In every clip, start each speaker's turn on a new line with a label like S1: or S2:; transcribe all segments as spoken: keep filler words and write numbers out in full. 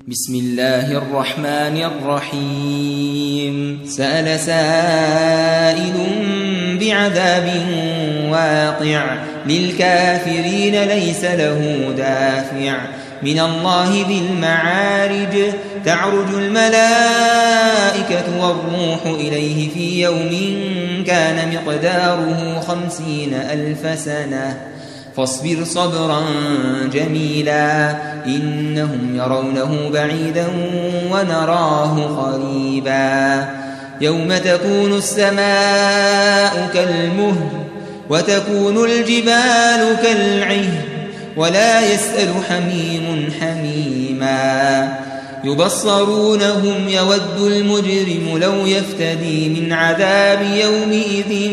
S1: بسم الله الرحمن الرحيم سأل سائل بعذاب واقع للكافرين ليس له دافع من الله ذي المعارج تعرج الملائكة والروح إليه في يوم كان مقداره خمسين ألف سنة فاصبر صبرا جميلا إنهم يرونه بعيدا ونراه قريبا يوم تكون السماء كالمهل وتكون الجبال كالعهن ولا يسأل حميم حميما يبصرونهم يود المجرم لو يفتدي من عذاب يومئذ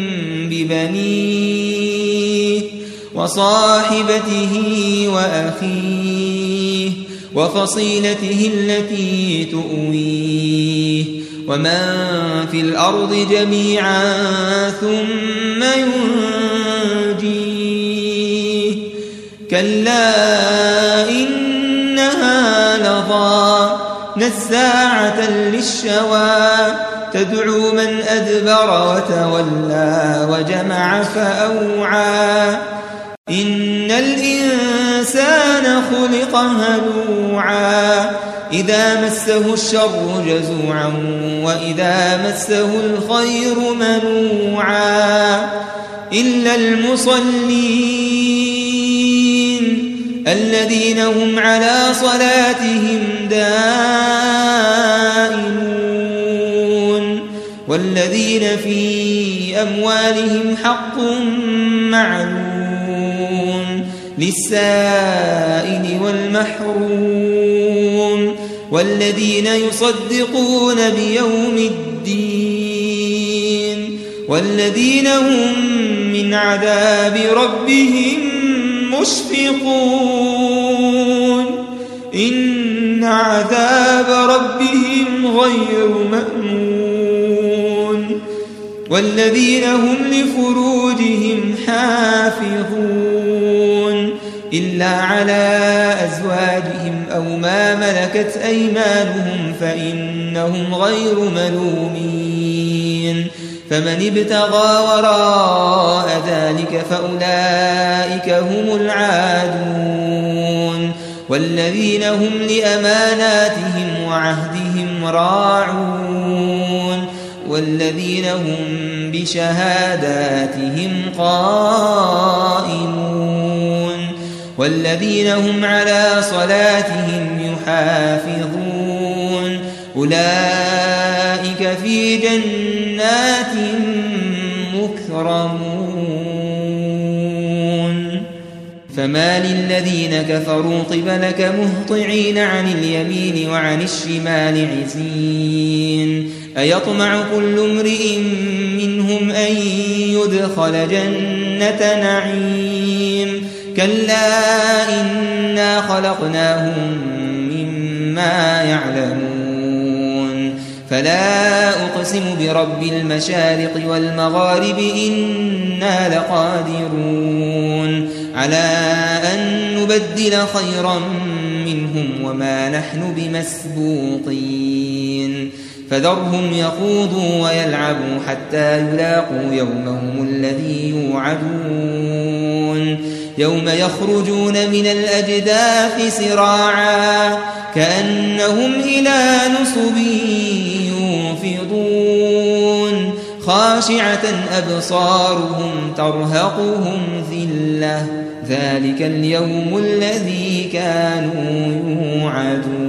S1: ببنيه وصاحبته وأخيه وفصيلته التي تؤويه ومن في الأرض جميعا ثم ينجيه كلا إنها لظى نزاعة للشوى تدعو من أدبر وتولى وجمع فأوعى إن الإنسان خلق هلوعا إذا مسه الشر جزوعا وإذا مسه الخير منوعا إلا المصلين الذين هم على صلاتهم دائمون والذين في أموالهم حق معلوم للسائل والمحروم والذين يصدقون بيوم الدين والذين هم من عذاب ربهم مشفقون إن عذاب ربهم غير مأمون والذين هم لفروجهم حافظون إلا على أزواجهم أو ما ملكت أيمانهم فإنهم غير ملومين فمن ابتغى وراء ذلك فأولئك هم العادون والذين هم لأماناتهم وعهدهم راعون والذين هم بشهاداتهم قائمون والذين هم على صلاتهم يحافظون أولئك في جنات مكرمون فما للذين كفروا قبلك مهطعين عن اليمين وعن الشمال عزين أيطمع كل امرئ منهم أن يدخل جنة نعيم كلا إنا خلقناهم مما يعلمون فلا أقسم برب المشارق والمغارب إنا لقادرون على أن نبدل خيرا منهم وما نحن بمسبوقين فذرهم يخوضوا ويلعبوا حتى يلاقوا يومهم الذي يوعدون يوم يخرجون من الأجداث سراعا كأنهم إلى نصب يوفضون خاشعة أبصارهم ترهقهم ذلة ذلك اليوم الذي كانوا يوعدون.